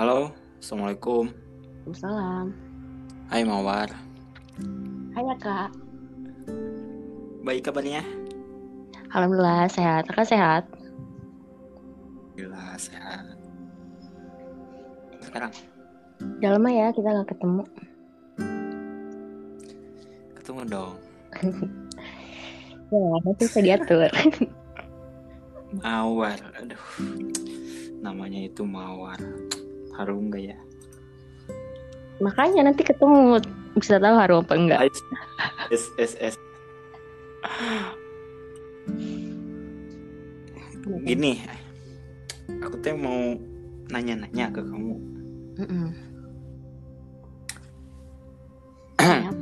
Halo, Assalamualaikum. Waalaikumsalam. Hai Mawar, Hai ya kak. baik kabarnya? Alhamdulillah sehat. Kakak sehat? Alhamdulillah sehat. Sekarang Udah lama ya kita nggak ketemu. ketemu dong. Ya, nanti bisa diatur. Mawar, aduh, namanya itu Mawar. Harum gak ya? Makanya nanti ketemu bisa tahu harum apa enggak. S. Gini, aku tuh mau nanya-nanya ke kamu. Siap.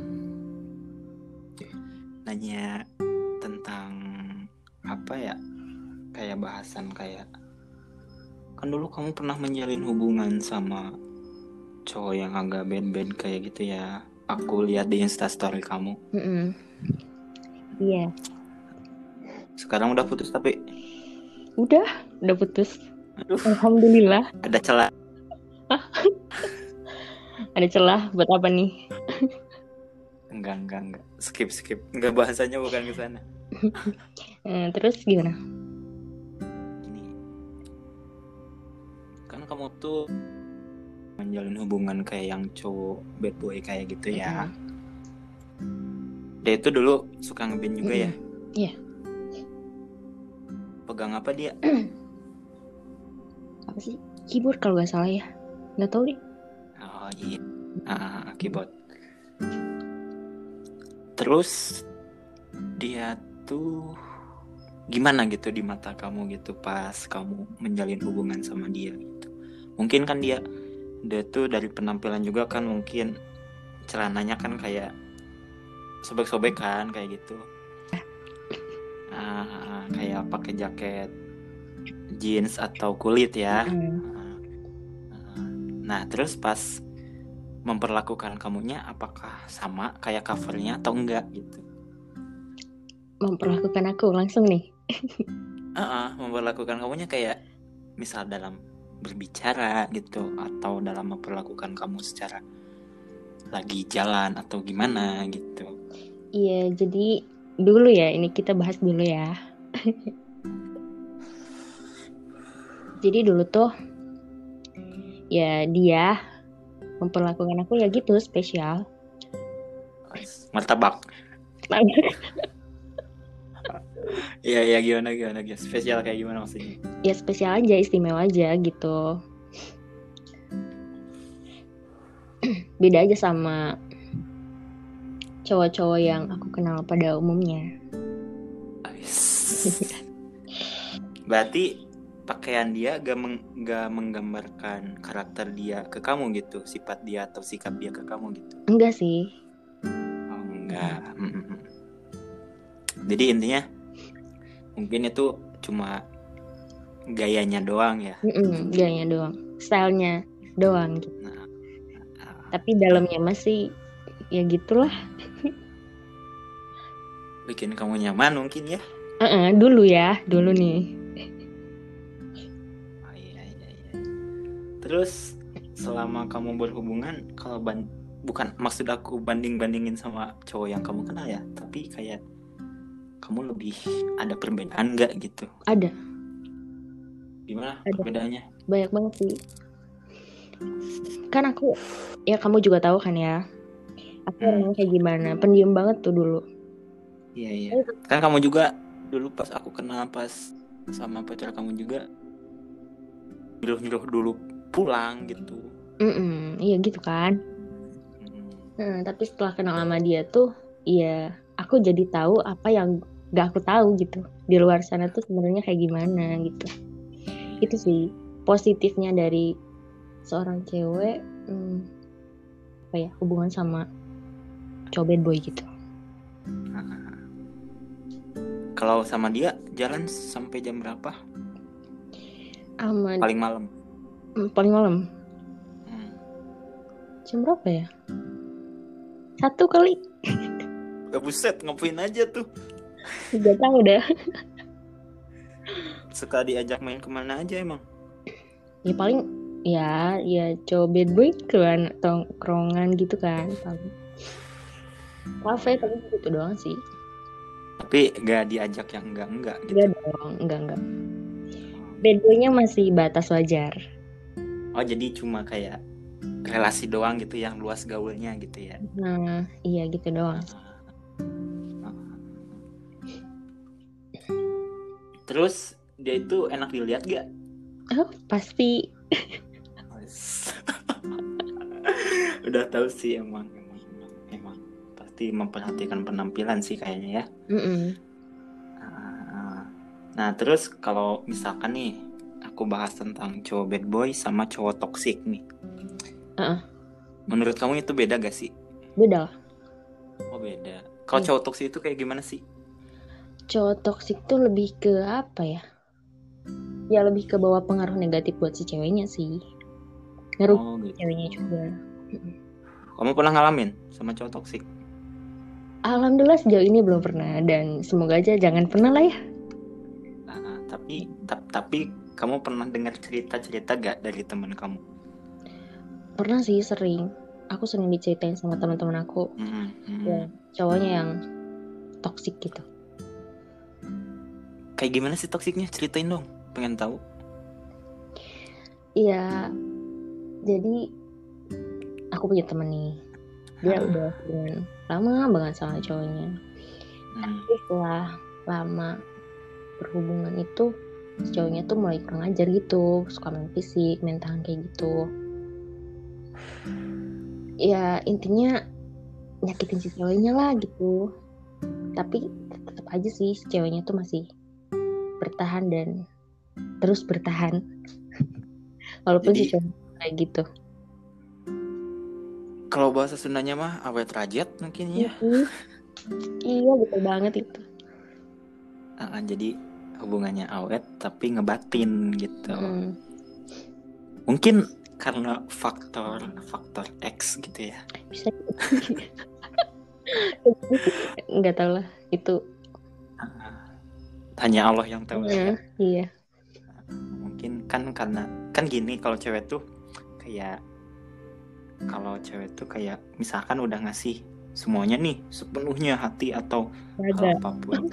Nanya tentang apa ya? Kayak bahasan kayak kan dulu kamu pernah menjalin hubungan sama cowok yang agak band-band kayak gitu ya. Aku lihat di Instastory kamu. Iya. Sekarang udah putus tapi Udah putus. aduh, Alhamdulillah. ada celah. Ada celah buat apa nih? Enggak. Skip. Enggak, bahasanya bukan ke sana. Terus gimana? Ini kan kamu tuh menjalin hubungan kayak yang cowok bad boy kayak gitu ya. Dia itu dulu suka ngeband juga ya? Iya. Pegang apa dia? Apa sih? Keyboard kalau nggak salah ya. Nggak tahu deh. Oh iya, keyboard. Terus dia tuh gimana gitu di mata kamu gitu pas kamu menjalin hubungan sama dia gitu. Mungkin kan dia tuh dari penampilan juga kan mungkin celananya kan kayak sobek-sobek kan kayak gitu. Kayak pakai jaket jeans atau kulit ya. Nah terus pas memperlakukan kamunya apakah sama kayak covernya atau enggak gitu? Memperlakukan aku langsung nih. Memperlakukan kamunya kayak misal dalam berbicara gitu atau dalam memperlakukan kamu secara lagi jalan atau gimana gitu. Iya, jadi dulu ya, ini kita bahas dulu ya. Jadi dulu tuh ya dia memperlakukan aku ya gitu, spesial. Martabak. Iya gimana spesial kayak gimana maksudnya? Ya spesial aja, istimewa aja gitu. Beda aja sama cowok-cowok yang aku kenal pada umumnya. Berarti pakaian dia gak menggambarkan karakter dia ke kamu gitu, sifat dia atau sikap dia ke kamu gitu? Enggak sih. Oh enggak. Jadi intinya mungkin itu cuma gayanya doang ya. Gayanya doang, stylenya doang gitu. Tapi dalamnya masih ya gitulah. Bikin kamu nyaman mungkin ya. Dulu nih. Oh, iya. Terus selama kamu berhubungan, kalau bukan maksud aku bandingin sama cowok yang kamu kenal ya, tapi kayak kamu lebih ada perbedaan nggak gitu? Ada. Gimana perbedaannya? Banyak banget sih. Kan aku, ya kamu juga tahu kan ya, aku orangnya kayak gimana, pendiam banget tuh dulu. Iya. Kan kamu juga dulu pas aku kenal pas sama pacar kamu juga nyuruh dulu pulang gitu. Iya gitu kan. Tapi setelah kenal sama dia tuh, ya aku jadi tahu apa yang gak aku tahu gitu. Di luar sana tuh sebenarnya kayak gimana gitu. Itu sih positifnya dari seorang cewek, hubungan sama cowok bad boy gitu. Kalau sama dia jalan sampai jam berapa? Paling malam. Jam berapa ya? 1 kali. Buset, ngapain aja tuh? Gak tahu dah. Suka diajak main kemana aja emang? Ya paling ya cowok bad boy keluar tongkrongan gitu kan, kafe, tapi gitu doang sih. Tapi gak diajak yang enggak gitu. Enggak dong, enggak. Bad boy-nya masih batas wajar. Oh, jadi cuma kayak relasi doang gitu yang luas gaulnya gitu ya. Nah, iya gitu doang. Terus dia itu enak dilihat gak? Oh, pasti. Udah tahu sih emang pasti memperhatikan penampilan sih kayaknya ya. Nah, terus kalau misalkan nih aku bahas tentang cowok bad boy sama cowok toksik nih. Menurut kamu itu beda gak sih? Beda. Oh, beda. Kalau cowok toksik itu kayak gimana sih? Cowok toksik tuh lebih ke apa ya? Ya lebih ke bawa pengaruh negatif buat si ceweknya sih. Ngaruh gitu. Ceweknya juga. Kamu pernah ngalamin sama cowok toksik? Alhamdulillah sejauh ini belum pernah, dan semoga aja jangan pernah lah ya. Tapi kamu pernah dengar cerita-cerita gak dari teman kamu? Pernah sih, sering. Aku sering diceritain sama teman-teman aku. Ya, cowoknya yang toksik gitu. Kayak gimana sih toksiknya? Ceritain dong, pengen tahu. Iya, jadi aku punya temen nih. Dia udah lama banget sama cowoknya. Tapi setelah lama berhubungan itu, cowoknya tuh mulai kurang ajar gitu, suka main fisik, main tangan kayak gitu. Ya intinya nyakitin si ceweknya lah gitu. Tapi tetap aja sih si ceweknya tuh masih bertahan dan terus bertahan. Walaupun si cowoknya kayak gitu. Kalau bahasa Sundanya mah awet rajat mungkin ya. Iya, betul banget itu. Jadi hubungannya awet tapi ngebatin gitu. Mungkin karena faktor X gitu ya. Bisa. Nggak tahu lah itu. Hanya Allah yang tahu ya. Iya. Mungkin kan karena kan gini, kalau cewek tuh kayak misalkan udah ngasih semuanya nih, sepenuhnya hati atau hal apapun.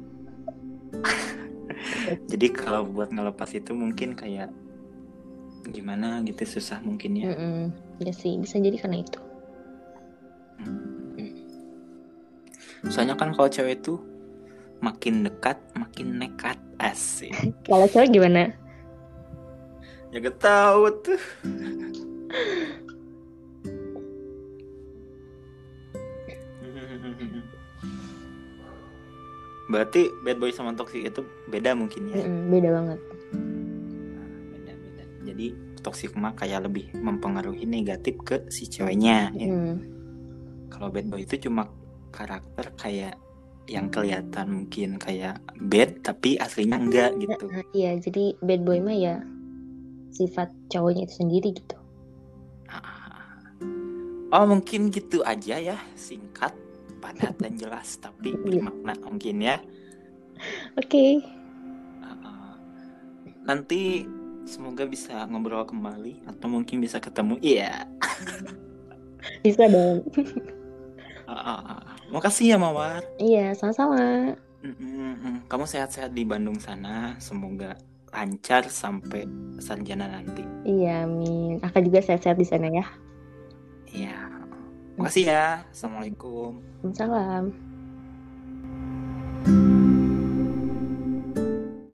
Jadi kalau buat ngelepas itu mungkin kayak gimana gitu, susah mungkin ya. Ya sih, bisa jadi karena itu. Soalnya kan kalau cewek tuh makin dekat makin nekat, asik. Kalau cewek gimana? Ya gak tahu tuh. Berarti bad boy sama toxic itu beda mungkin ya? Beda banget. Beda. Jadi toxic mah kayak lebih mempengaruhi negatif ke si ceweknya ya. Kalau bad boy itu cuma karakter kayak yang kelihatan mungkin kayak bad tapi aslinya enggak gitu. Iya, jadi bad boy mah ya sifat cowoknya itu sendiri gitu. Oh, mungkin gitu aja ya, singkat, padat dan jelas tapi bermakna mungkin ya. Oke. Nanti semoga bisa ngobrol kembali atau mungkin bisa ketemu. Iya. Bisa dong. Makasih ya Mawar. Iya, sama-sama. Kamu sehat-sehat di Bandung sana, semoga lancar sampai sarjana nanti. Iya, amin. Aku juga sehat-sehat di sana ya. Iya. Makasih ya. Assalamualaikum. Waalaikumsalam.